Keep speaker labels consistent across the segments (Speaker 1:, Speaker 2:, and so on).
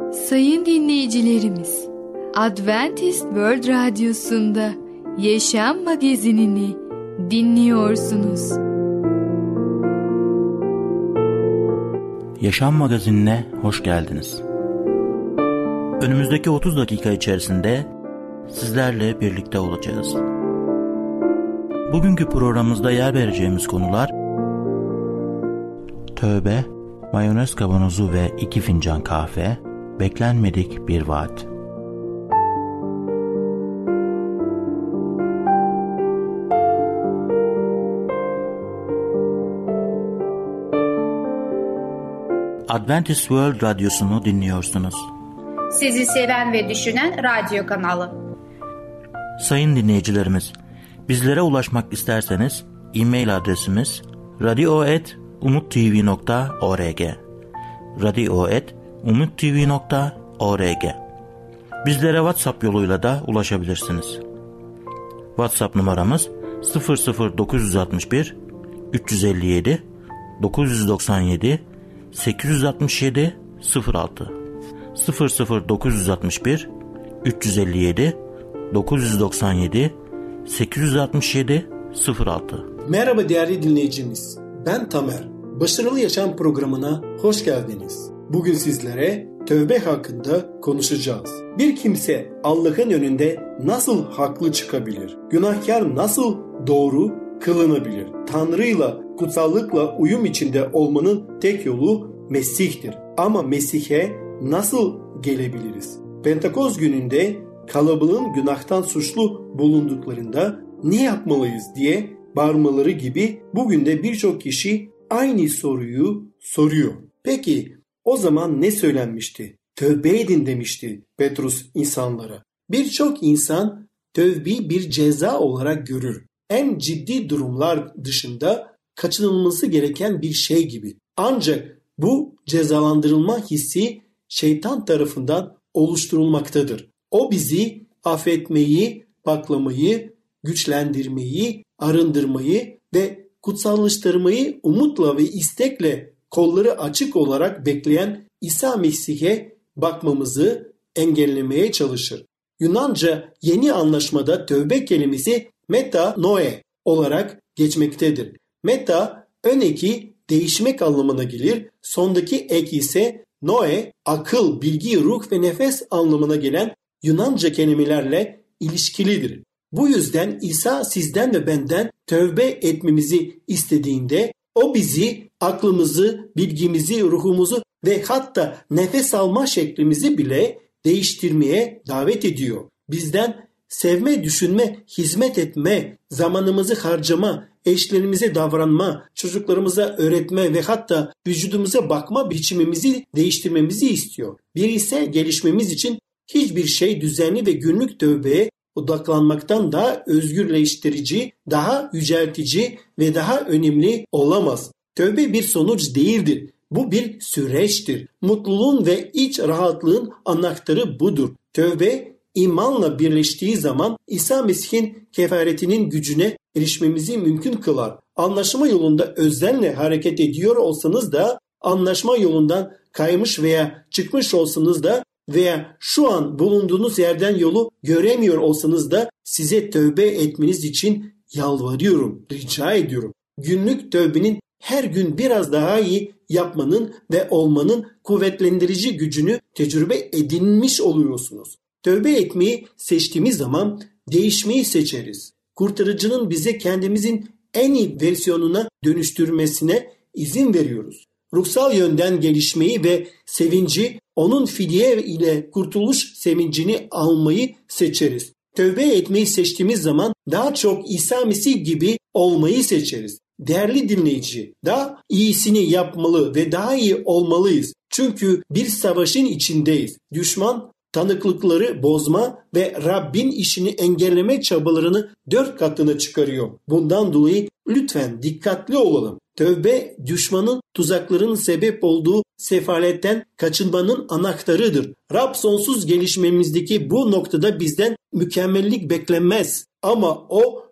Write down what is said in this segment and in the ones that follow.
Speaker 1: Sayın dinleyicilerimiz, Adventist World Radyosu'nda Yaşam Magazinini dinliyorsunuz.
Speaker 2: Yaşam Magazinine hoş geldiniz. Önümüzdeki 30 dakika içerisinde sizlerle birlikte olacağız. Bugünkü programımızda yer vereceğimiz konular: tövbe, mayonez kavanozu ve 2 fincan kahve, beklenmedik bir vaat. Adventist World Radyosu'nu dinliyorsunuz.
Speaker 3: Sizi seven ve düşünen radyo kanalı.
Speaker 2: Sayın dinleyicilerimiz, bizlere ulaşmak isterseniz e-mail adresimiz radio@umuttv.org radio@umuttv.org. Bizlere WhatsApp yoluyla da ulaşabilirsiniz. WhatsApp numaramız 00961 357 997 867 06 00961 357 997 867 06.
Speaker 4: Merhaba değerli dinleyicimiz. Ben Tamer. Başarılı Yaşam programına hoş geldiniz. Bugün sizlere tövbe hakkında konuşacağız. Bir kimse Allah'ın önünde nasıl haklı çıkabilir? Günahkar nasıl doğru kılınabilir? Tanrı'yla, kutsallıkla uyum içinde olmanın tek yolu Mesih'tir. Ama Mesih'e nasıl gelebiliriz? Pentekost gününde kalabalığın günahtan suçlu bulunduklarında ne yapmalıyız diye bağırmaları gibi bugün de birçok kişi aynı soruyu soruyor. Peki o zaman ne söylenmişti? Tövbe edin demişti Petrus insanlara. Birçok insan tövbeyi bir ceza olarak görür. En ciddi durumlar dışında kaçınılması gereken bir şey gibi. Ancak bu cezalandırılma hissi şeytan tarafından oluşturulmaktadır. O bizi affetmeyi, paklamayı, güçlendirmeyi, arındırmayı ve kutsallaştırmayı umutla ve istekle kolları açık olarak bekleyen İsa Mesih'e bakmamızı engellemeye çalışır. Yunanca yeni anlaşmada tövbe kelimesi metanoe olarak geçmektedir. Meta ön eki değişmek anlamına gelir. Sondaki ek ise noe, akıl, bilgi, ruh ve nefes anlamına gelen Yunanca kelimelerle ilişkilidir. Bu yüzden İsa sizden ve benden tövbe etmemizi istediğinde o bizi, aklımızı, bilgimizi, ruhumuzu ve hatta nefes alma şeklimizi bile değiştirmeye davet ediyor. Bizden sevme, düşünme, hizmet etme, zamanımızı harcama, eşlerimize davranma, çocuklarımıza öğretme ve hatta vücudumuza bakma biçimimizi değiştirmemizi istiyor. Bir ise gelişmemiz için hiçbir şey düzenli ve günlük tövbeye odaklanmaktan daha özgürleştirici, daha yüceltici ve daha önemli olamaz. Tövbe bir sonuç değildir. Bu bir süreçtir. Mutluluğun ve iç rahatlığın anahtarı budur. Tövbe imanla birleştiği zaman İsa Mesih'in kefaretinin gücüne erişmemizi mümkün kılar. Anlaşma yolunda özenle hareket ediyor olsanız da, anlaşma yolundan kaymış veya çıkmış olsanız da veya şu an bulunduğunuz yerden yolu göremiyor olsanız da size tövbe etmeniz için yalvarıyorum, rica ediyorum. Günlük tövbenin her gün biraz daha iyi yapmanın ve olmanın kuvvetlendirici gücünü tecrübe edinmiş oluyorsunuz. Tövbe etmeyi seçtiğimiz zaman değişmeyi seçeriz. Kurtarıcının bize kendimizin en iyi versiyonuna dönüştürmesine izin veriyoruz. Ruhsal yönden gelişmeyi ve sevinci, onun fidye ile kurtuluş sevincini almayı seçeriz. Tövbe etmeyi seçtiğimiz zaman daha çok İsa Mesih gibi olmayı seçeriz. Değerli dinleyici, daha iyisini yapmalı ve daha iyi olmalıyız. Çünkü bir savaşın içindeyiz. Düşman tanıklıkları bozma ve Rabbin işini engelleme çabalarını 4 katına çıkarıyor. Bundan dolayı lütfen dikkatli olalım. Tövbe düşmanın tuzaklarının sebep olduğu sefaletten kaçınmanın anahtarıdır. Rab sonsuz gelişmemizdeki bu noktada bizden mükemmellik beklenmez. Ama o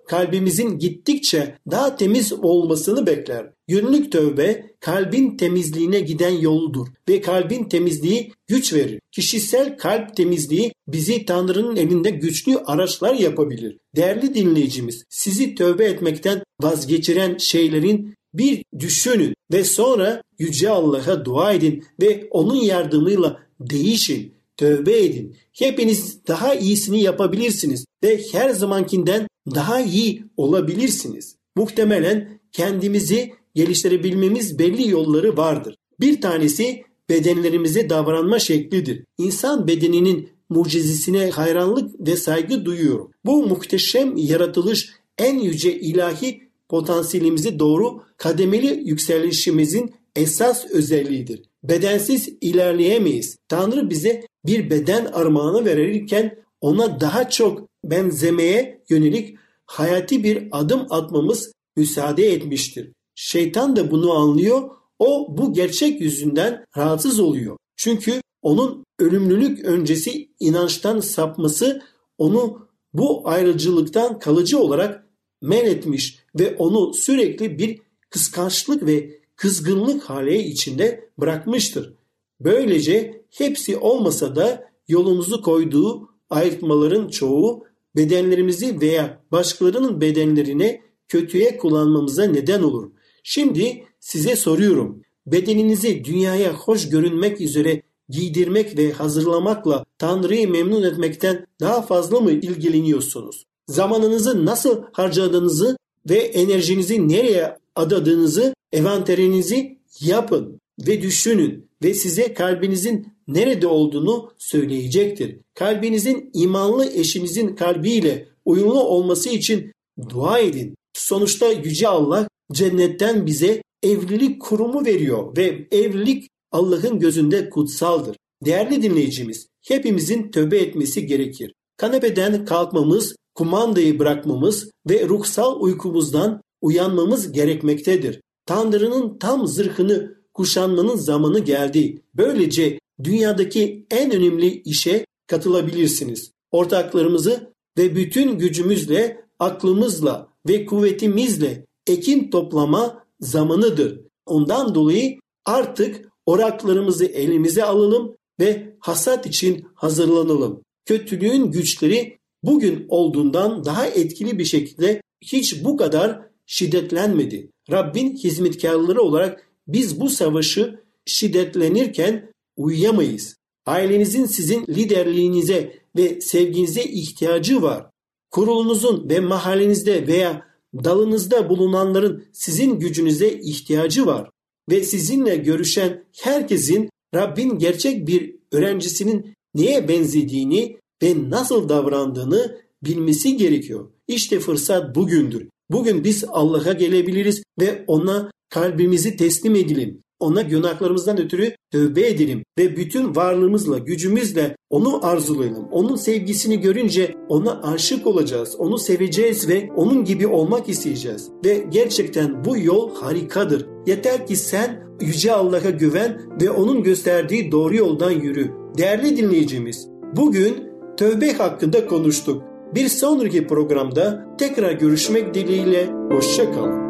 Speaker 4: kalbimizin gittikçe daha temiz olmasını bekler. Günlük tövbe kalbin temizliğine giden yoldur ve kalbin temizliği güç verir. Kişisel kalp temizliği bizi Tanrı'nın elinde güçlü araçlar yapabilir. Değerli dinleyicimiz, sizi tövbe etmekten vazgeçiren şeylerin bir düşünün ve sonra Yüce Allah'a dua edin ve onun yardımıyla değişin, tövbe edin. Hepiniz daha iyisini yapabilirsiniz ve her zamankinden daha iyi olabilirsiniz. Muhtemelen kendimizi geliştirebilmemiz belli yolları vardır. Bir tanesi bedenlerimize davranma şeklidir. İnsan bedeninin mucizesine hayranlık ve saygı duyuyorum. Bu muhteşem yaratılış en yüce ilahi potansiyelimize doğru kademeli yükselişimizin esas özelliğidir. Bedensiz ilerleyemeyiz. Tanrı bize bir beden armağanı verirken ona daha çok benzemeye yönelik hayati bir adım atmamız müsaade etmiştir. Şeytan da bunu anlıyor. O bu gerçek yüzünden rahatsız oluyor. Çünkü onun ölümlülük öncesi inançtan sapması onu bu ayrıcılıktan kalıcı olarak men etmiş ve onu sürekli bir kıskançlık ve kızgınlık hali içinde bırakmıştır. Böylece hepsi olmasa da yolumuzu koyduğu ayırtmaların çoğu bedenlerimizi veya başkalarının bedenlerine kötüye kullanmamıza neden olur. Şimdi size soruyorum. Bedeninizi dünyaya hoş görünmek üzere giydirmek ve hazırlamakla Tanrı'yı memnun etmekten daha fazla mı ilgileniyorsunuz? Zamanınızı nasıl harcadığınızı ve enerjinizi nereye adadığınızı, envanterinizi yapın ve düşünün ve size kalbinizin nerede olduğunu söyleyecektir. Kalbinizin imanlı eşinizin kalbiyle uyumlu olması için dua edin. Sonuçta Yüce Allah cennetten bize evlilik kurumu veriyor ve evlilik Allah'ın gözünde kutsaldır. Değerli dinleyicimiz, hepimizin tövbe etmesi gerekir. Kanepeden kalkmamız, kumandayı bırakmamız ve ruhsal uykumuzdan uyanmamız gerekmektedir. Tanrı'nın tam zırhını kuşanmanın zamanı geldi. Böylece dünyadaki en önemli işe katılabilirsiniz. Ortaklarımızı ve bütün gücümüzle, aklımızla ve kuvvetimizle ekin toplama zamanıdır. Ondan dolayı artık oraklarımızı elimize alalım ve hasat için hazırlanalım. Kötülüğün güçleri bugün olduğundan daha etkili bir şekilde hiç bu kadar şiddetlenmedi. Rabbin hizmetkarları olarak biz bu savaşı şiddetlenirken uyuyamayız. Ailenizin sizin liderliğinize ve sevginize ihtiyacı var. Kurulunuzun ve mahallenizde veya dalınızda bulunanların sizin gücünüze ihtiyacı var. Ve sizinle görüşen herkesin Rabbin gerçek bir öğrencisinin neye benzediğini ve nasıl davrandığını bilmesi gerekiyor. İşte fırsat bugündür. Bugün biz Allah'a gelebiliriz ve ona kalbimizi teslim edelim. Ona günahlarımızdan ötürü tövbe edelim ve bütün varlığımızla, gücümüzle onu arzulayalım. Onun sevgisini görünce ona aşık olacağız. Onu seveceğiz ve onun gibi olmak isteyeceğiz. Ve gerçekten bu yol harikadır. Yeter ki sen Yüce Allah'a güven ve onun gösterdiği doğru yoldan yürü. Değerli dinleyicimiz, bugün tövbe hakkında konuştuk. Bir sonraki programda tekrar görüşmek dileğiyle, hoşça kalın.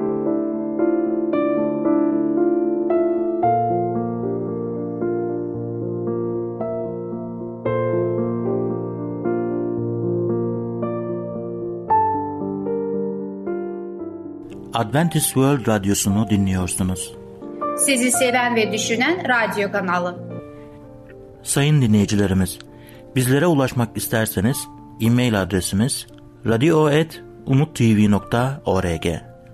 Speaker 2: Adventist World Radyosu'nu dinliyorsunuz.
Speaker 3: Sizi seven ve düşünen radyo kanalı.
Speaker 2: Sayın dinleyicilerimiz, bizlere ulaşmak isterseniz e-mail adresimiz radio@umuttv.org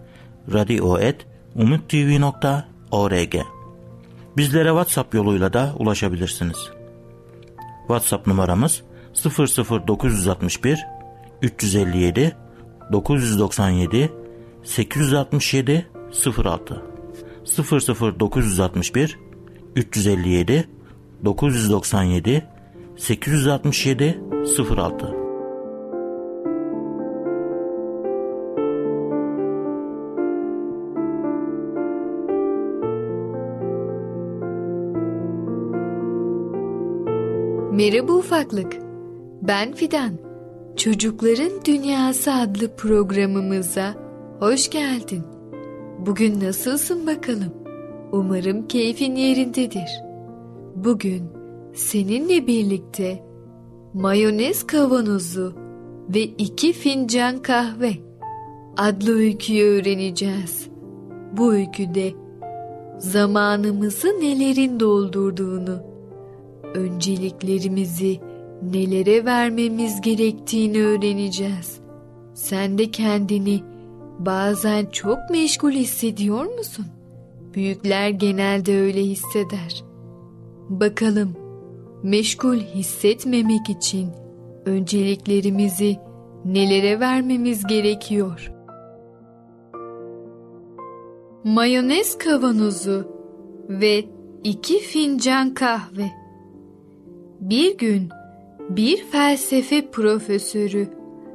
Speaker 2: radio@umuttv.org. Bizlere WhatsApp yoluyla da ulaşabilirsiniz. WhatsApp numaramız 00961 357 997 867 06 00961 357 997 867 06.
Speaker 1: Merhaba ufaklık. Ben Fidan. Çocukların Dünyası adlı programımıza hoş geldin. Bugün nasılsın bakalım? Umarım keyfin yerindedir. Bugün seninle birlikte mayonez kavanozu ve 2 fincan kahve adlı öyküyü öğreneceğiz. Bu öyküde zamanımızı nelerin doldurduğunu, önceliklerimizi nelere vermemiz gerektiğini öğreneceğiz. Sen de kendini bazen çok meşgul hissediyor musun? Büyükler genelde öyle hisseder. Bakalım, meşgul hissetmemek için önceliklerimizi nelere vermemiz gerekiyor? Mayonez kavanozu ve 2 fincan kahve. Bir gün bir felsefe profesörü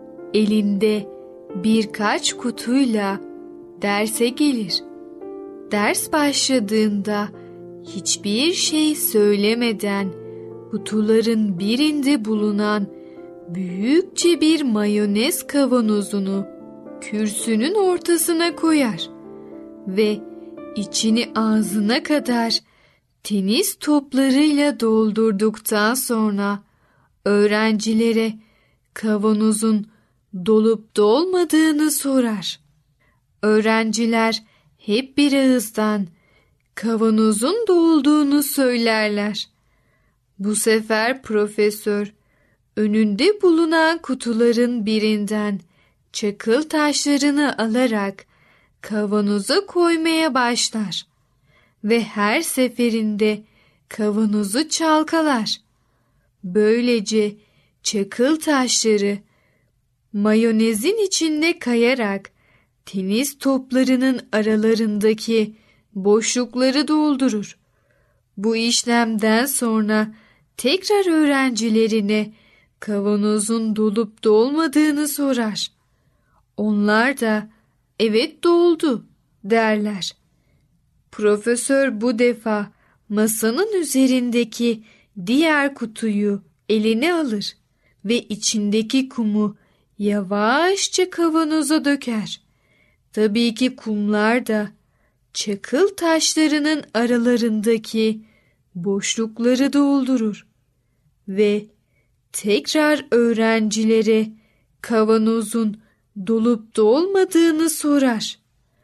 Speaker 1: elinde birkaç kutuyla derse gelir. Ders başladığında hiçbir şey söylemeden kutuların birinde bulunan büyükçe bir mayonez kavanozunu kürsünün ortasına koyar ve içini ağzına kadar tenis toplarıyla doldurduktan sonra öğrencilere kavanozun dolup dolmadığını sorar. Öğrenciler hep bir ağızdan kavanozun dolduğunu söylerler. Bu sefer profesör önünde bulunan kutuların birinden çakıl taşlarını alarak kavanoza koymaya başlar ve her seferinde kavanozu çalkalar. Böylece çakıl taşları mayonezin içinde kayarak tenis toplarının aralarındaki boşlukları doldurur. Bu işlemden sonra tekrar öğrencilerine kavanozun dolup dolmadığını sorar. Onlar da evet doldu derler. Profesör bu defa masanın üzerindeki diğer kutuyu eline alır ve içindeki kumu yavaşça kavanoza döker. Tabii ki kumlar da çakıl taşlarının aralarındaki boşlukları doldurur ve tekrar öğrencilere kavanozun dolup dolmadığını sorar.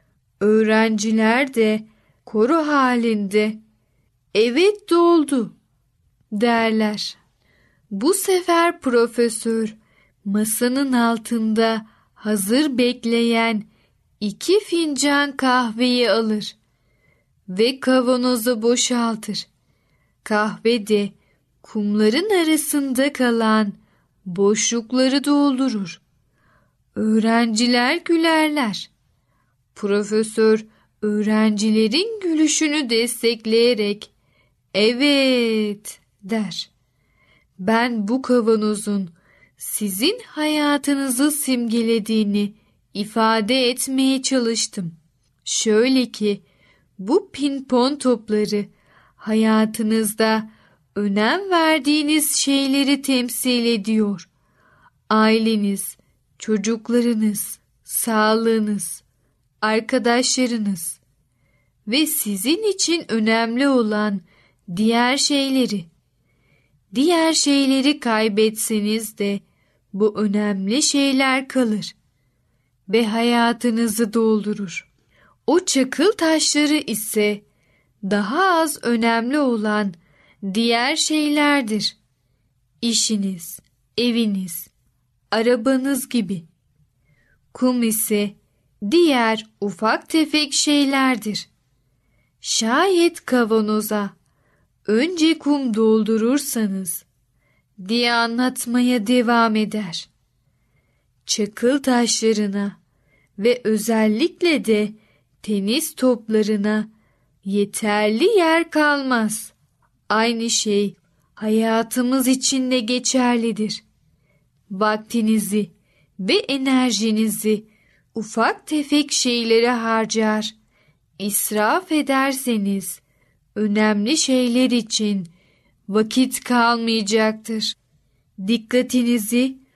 Speaker 1: Öğrenciler de koro halinde evet doldu derler. Bu sefer profesör masanın altında hazır bekleyen 2 fincan kahveyi alır ve kavanozu boşaltır. Kahve de kumların arasında kalan boşlukları doldurur. Öğrenciler gülerler. Profesör öğrencilerin gülüşünü destekleyerek evet der. Ben bu kavanozun sizin hayatınızı simgelediğini ifade etmeye çalıştım. Şöyle ki bu pimpon topları hayatınızda önem verdiğiniz şeyleri temsil ediyor. Aileniz, çocuklarınız, sağlığınız, arkadaşlarınız ve sizin için önemli olan diğer şeyleri kaybetseniz de bu önemli şeyler kalır ve hayatınızı doldurur. O çakıl taşları ise daha az önemli olan diğer şeylerdir. İşiniz, eviniz, arabanız gibi. Kum ise diğer ufak tefek şeylerdir. Şayet kavanoza önce kum doldurursanız diye anlatmaya devam eder. Çakıl taşlarına ve özellikle de tenis toplarına yeterli yer kalmaz. Aynı şey hayatımız için de geçerlidir. Vaktinizi ve enerjinizi ufak tefek şeylere harcar, israf ederseniz önemli şeyler için vakit kalmayacaktır. Dikkatinizi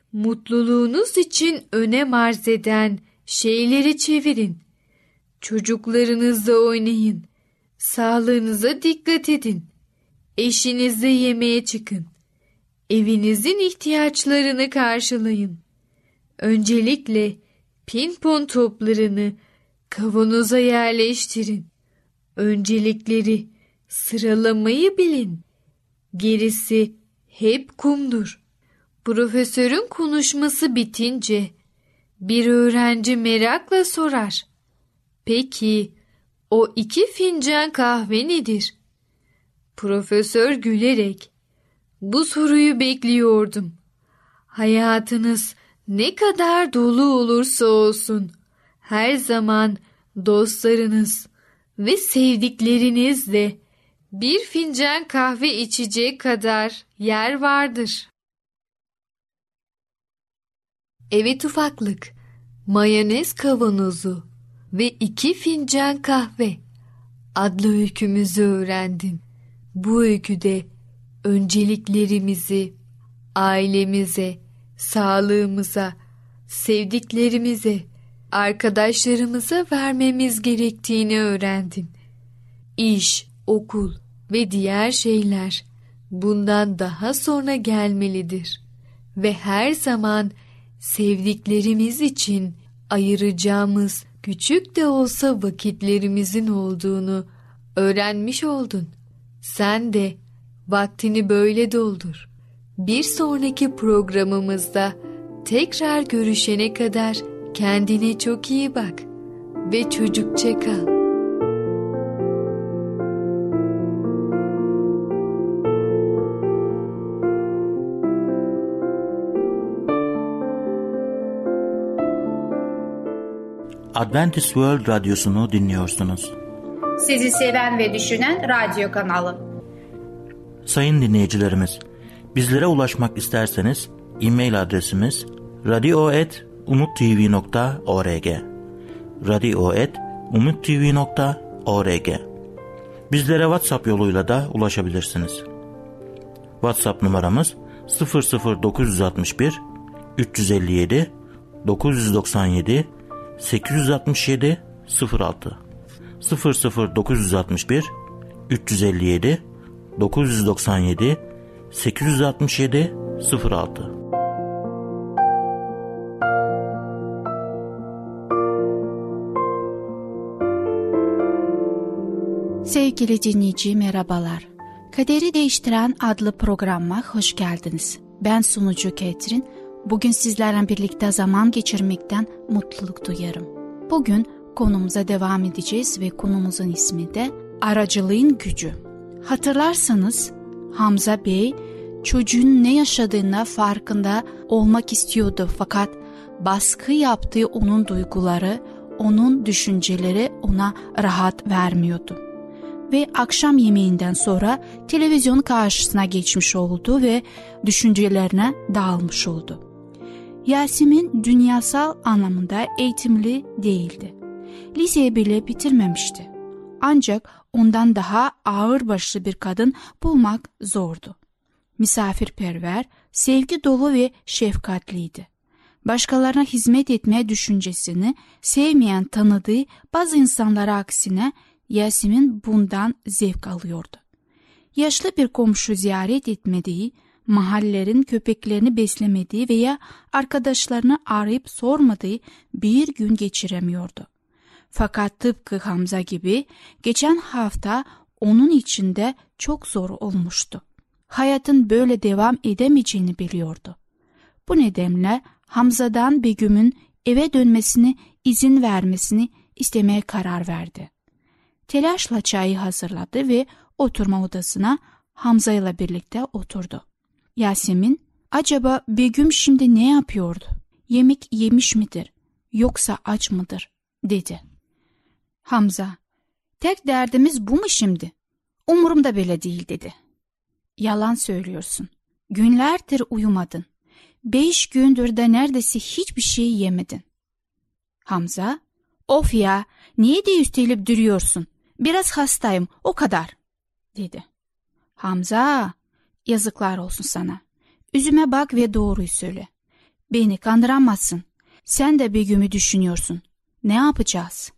Speaker 1: mutluluğunuz için önem arz eden şeyleri çevirin. Çocuklarınızla oynayın. Sağlığınıza dikkat edin. Eşinizle yemeğe çıkın. Evinizin ihtiyaçlarını karşılayın. Öncelikle pimpon toplarını kavanoza yerleştirin. Öncelikleri sıralamayı bilin. Gerisi hep kumdur. Profesörün konuşması bitince bir öğrenci merakla sorar. Peki o 2 fincan kahve nedir? Profesör gülerek, bu soruyu bekliyordum. Hayatınız ne kadar dolu olursa olsun, her zaman dostlarınız ve sevdiklerinizle bir fincan kahve içecek kadar yer vardır. Evet ufaklık, mayonez kavanozu ve 2 fincan kahve adlı öykümüzü öğrendin. Bu öyküde önceliklerimizi ailemize, sağlığımıza, sevdiklerimize, arkadaşlarımıza vermemiz gerektiğini öğrendin. İş, okul ve diğer şeyler bundan daha sonra gelmelidir ve her zaman sevdiklerimiz için ayıracağımız küçük de olsa vakitlerimizin olduğunu öğrenmiş oldun. Sen de vaktini böyle doldur. Bir sonraki programımızda tekrar görüşene kadar kendine çok iyi bak ve çocukça kal.
Speaker 2: Adventist World Radyosu'nu dinliyorsunuz.
Speaker 3: Sizi seven ve düşünen radyo kanalı.
Speaker 2: Sayın dinleyicilerimiz, bizlere ulaşmak isterseniz e-mail adresimiz radio@umuttv.org radio@umuttv.org. Bizlere WhatsApp yoluyla da ulaşabilirsiniz. WhatsApp numaramız 00961 357 997 867 06 00961 357 997 867 06.
Speaker 5: Sevgili dinleyici, merhabalar. Kaderi Değiştiren adlı programa hoş geldiniz. Ben sunucu Ketrin. Bugün sizlerle birlikte zaman geçirmekten mutluluk duyarım. Bugün konumuza devam edeceğiz ve konumuzun ismi de aracılığın gücü. Hatırlarsanız Hamza Bey çocuğun ne yaşadığına farkında olmak istiyordu, fakat baskı yaptığı onun duyguları, onun düşünceleri ona rahat vermiyordu. Ve akşam yemeğinden sonra televizyon karşısına geçmiş oldu ve düşüncelerine dalmış oldu. Yasemin dünyasal anlamda eğitimli değildi. Liseyi bile bitirmemişti. Ancak ondan daha ağırbaşlı bir kadın bulmak zordu. Misafirperver, sevgi dolu ve şefkatliydi. Başkalarına hizmet etme düşüncesini sevmeyen tanıdığı bazı insanlara aksine Yasemin bundan zevk alıyordu. Yaşlı bir komşu ziyaret etmediği, mahallelerin köpeklerini beslemediği veya arkadaşlarını arayıp sormadığı bir gün geçiremiyordu. Fakat tıpkı Hamza gibi geçen hafta onun için de çok zor olmuştu. Hayatın böyle devam edemeyeceğini biliyordu. Bu nedenle Hamza'dan Begüm'ün eve dönmesine izin vermesini istemeye karar verdi. Telaşla çayı hazırladı ve oturma odasına Hamza ile birlikte oturdu. Yasemin, acaba Begüm şimdi ne yapıyordu? Yemek yemiş midir? Yoksa aç mıdır? Dedi. Hamza, tek derdimiz bu mu şimdi? Umurumda bile değil dedi. Yalan söylüyorsun. Günlerdir uyumadın. 5 gündür de neredeyse hiçbir şey yemedin. Hamza, of ya, niye de üstelip duruyorsun? Biraz hastayım, o kadar, dedi. Hamza, yazıklar olsun sana. Yüzüme bak ve doğruyu söyle. Beni kandıramazsın. Sen de Begüm'ü düşünüyorsun. Ne yapacağız?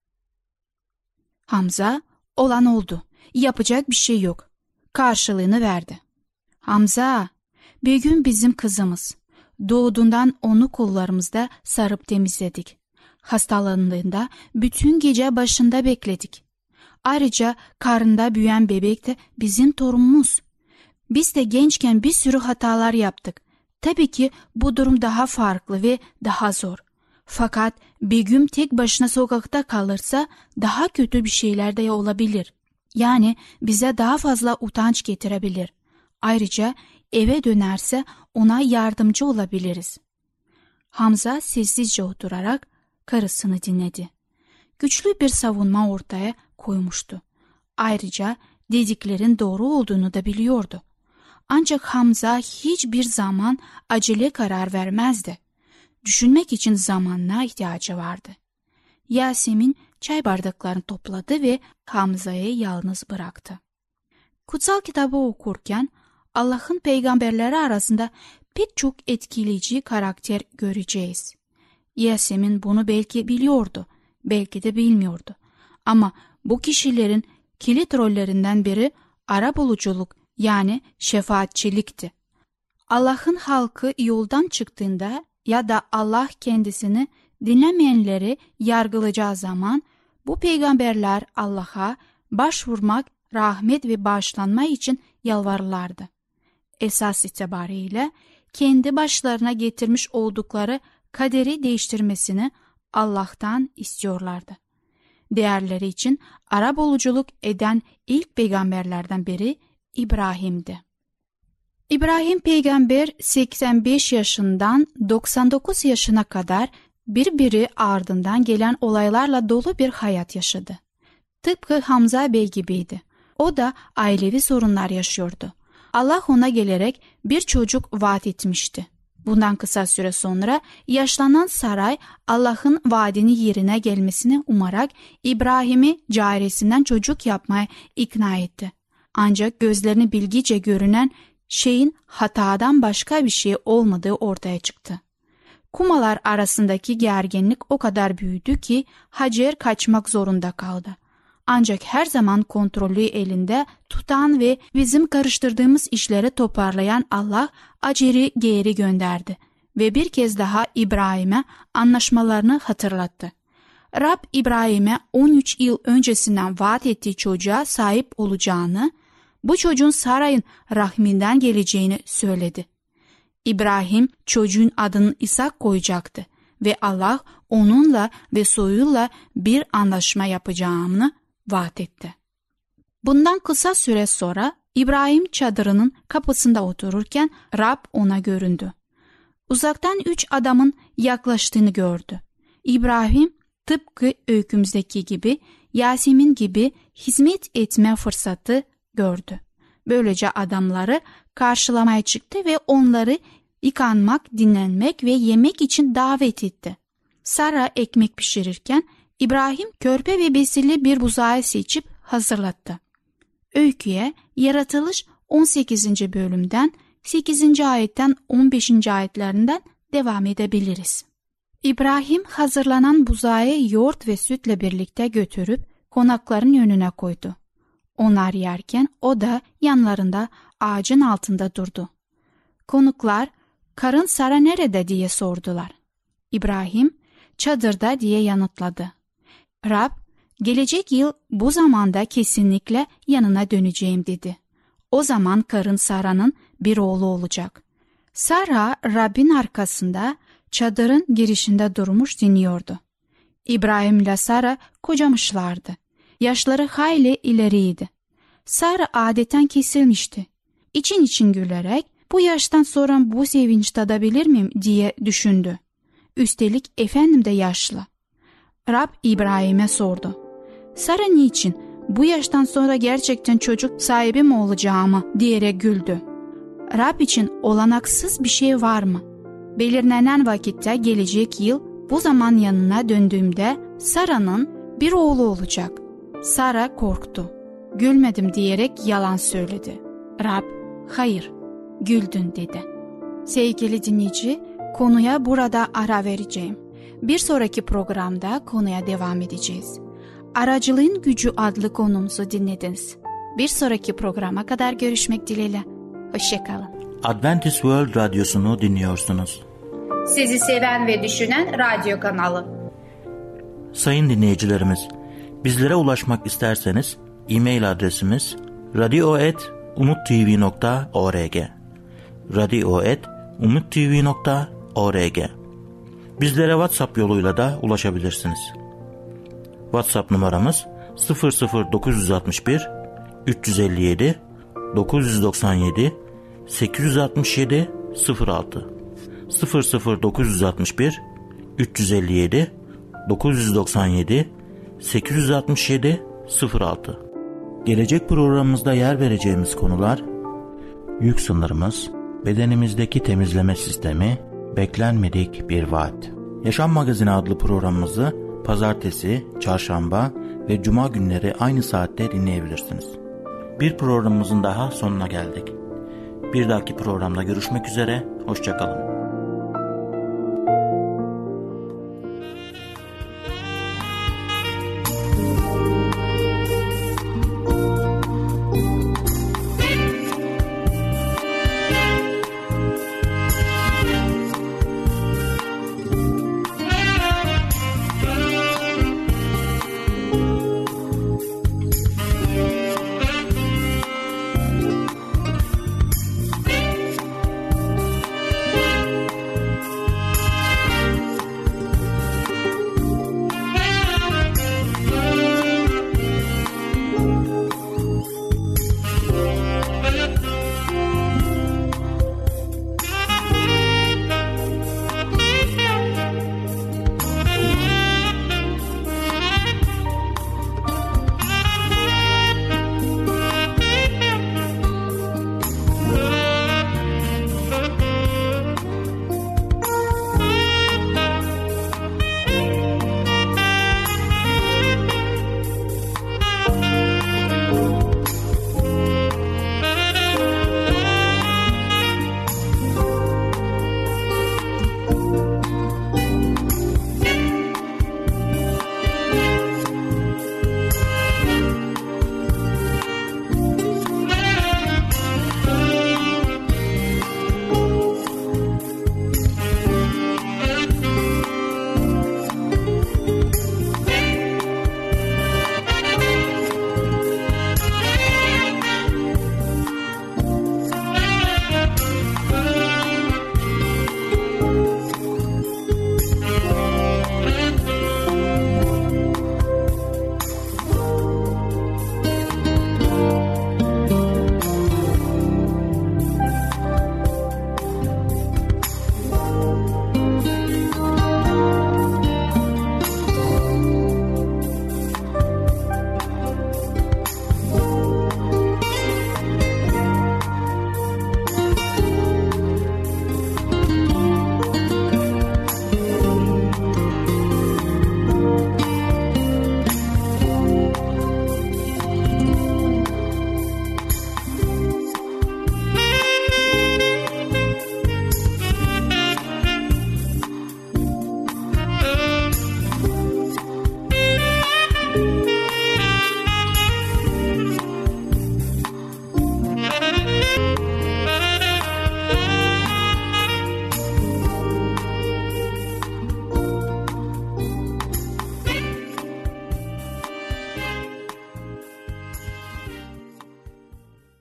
Speaker 5: Hamza, olan oldu. Yapacak bir şey yok. Karşılığını verdi. Hamza, Begüm bizim kızımız. Doğduğundan onu kollarımızda sarıp temizledik. Hastalandığında bütün gece başında bekledik. Ayrıca karnında büyüyen bebek de bizim torunumuz. Biz de gençken bir sürü hatalar yaptık. Tabii ki bu durum daha farklı ve daha zor. Fakat Begüm tek başına sokakta kalırsa daha kötü bir şeyler de olabilir. Yani bize daha fazla utanç getirebilir. Ayrıca eve dönerse ona yardımcı olabiliriz. Hamza sessizce oturarak karısını dinledi. Güçlü bir savunma ortaya koymuştu. Ayrıca dediklerin doğru olduğunu da biliyordu. Ancak Hamza hiçbir zaman acele karar vermezdi. Düşünmek için zamanına ihtiyacı vardı. Yasemin çay bardaklarını topladı ve Hamza'yı yalnız bıraktı. Kutsal kitabı okurken Allah'ın peygamberleri arasında pek çok etkileyici karakter göreceğiz. Yasemin bunu belki biliyordu, belki de bilmiyordu. Ama bu kişilerin kilit rollerinden biri arabuluculuk yani şefaatçilikti. Allah'ın halkı yoldan çıktığında ya da Allah kendisini dinlemeyenleri yargılayacağı zaman bu peygamberler Allah'a başvurmak, rahmet ve bağışlanma için yalvarırlardı. Esas itibariyle kendi başlarına getirmiş oldukları kaderi değiştirmesini Allah'tan istiyorlardı. Değerleri için arabuluculuk eden ilk peygamberlerden biri İbrahim'di. İbrahim peygamber 85 yaşından 99 yaşına kadar birbiri ardından gelen olaylarla dolu bir hayat yaşadı. Tıpkı Hamza Bey gibiydi. O da ailevi sorunlar yaşıyordu. Allah ona gelerek bir çocuk vaat etmişti. Bundan kısa süre sonra yaşlanan saray Allah'ın vaadini yerine gelmesini umarak İbrahim'i cariyesinden çocuk yapmaya ikna etti. Ancak gözlerini bilgice görünen şeyin hatadan başka bir şey olmadığı ortaya çıktı. Kumalar arasındaki gerginlik o kadar büyüdü ki Hacer kaçmak zorunda kaldı. Ancak her zaman kontrolü elinde tutan ve bizim karıştırdığımız işleri toparlayan Allah Hacer'i geri gönderdi ve bir kez daha İbrahim'e anlaşmalarını hatırlattı. Rab İbrahim'e 13 yıl öncesinden vaat ettiği çocuğa sahip olacağını, bu çocuğun Saray'ın rahminden geleceğini söyledi. İbrahim çocuğun adını İshak koyacaktı ve Allah onunla ve soyuyla bir anlaşma yapacağını vaat etti. Bundan kısa süre sonra İbrahim çadırının kapısında otururken Rab ona göründü. Uzaktan 3 adamın yaklaştığını gördü. İbrahim tıpkı öykümüzdeki gibi Yasemin gibi hizmet etme fırsatı gördü. Böylece adamları karşılamaya çıktı ve onları yıkanmak, dinlenmek ve yemek için davet etti. Sara ekmek pişirirken İbrahim körpe ve besili bir buzağı seçip hazırlattı. Öyküye Yaratılış 18. bölümden 8. ayetten 15. ayetlerinden devam edebiliriz. İbrahim hazırlanan buzağı yoğurt ve sütle birlikte götürüp konakların önüne koydu. Onlar yerken o da yanlarında ağacın altında durdu. Konuklar, "Karın Sara nerede?" diye sordular. İbrahim, "Çadırda" diye yanıtladı. Rab, "Gelecek yıl bu zamanda kesinlikle yanına döneceğim" dedi. O zaman karın Sara'nın bir oğlu olacak. Sara, Rab'in arkasında çadırın girişinde durmuş dinliyordu. İbrahim ile Sara kocamışlardı. Yaşları hayli ileriydi. Sara adeten kesilmişti. İçin için gülerek, "Bu yaştan sonra bu sevinç tadabilir miyim?" diye düşündü. Üstelik efendim de yaşlı. Rab İbrahim'e sordu. "Sara niçin? Bu yaştan sonra gerçekten çocuk sahibi mi olacağımı?" diyerek güldü. Rab için olanaksız bir şey var mı? Belirlenen vakitte gelecek yıl bu zaman yanına döndüğümde Sara'nın bir oğlu olacak. Sara korktu. "Gülmedim" diyerek yalan söyledi. Rab, "Hayır, güldün" dedi. Sevgili dinleyici, Konuya burada ara vereceğim. Bir sonraki programda konuya devam edeceğiz. Aracılığın Gücü adlı konumuzu dinlediniz. Bir sonraki programa kadar görüşmek dileğiyle. Hoşçakalın.
Speaker 2: Adventist World Radyosu'nu dinliyorsunuz.
Speaker 3: Sizi seven ve düşünen radyo kanalı.
Speaker 2: Sayın dinleyicilerimiz, bizlere ulaşmak isterseniz e-mail adresimiz radio@umuttv.org radio@umuttv.org. Bizlere WhatsApp yoluyla da ulaşabilirsiniz. WhatsApp numaramız 00961 357 997 867 06 00961 357 997 867 06. Gelecek programımızda yer vereceğimiz konular: yük sınırımız, bedenimizdeki temizleme sistemi, beklenmedik bir vaat. Yaşam Magazini adlı programımızı pazartesi, çarşamba ve cuma günleri aynı saatte dinleyebilirsiniz. Bir programımızın daha sonuna geldik. Bir dahaki programda görüşmek üzere, hoşça kalın.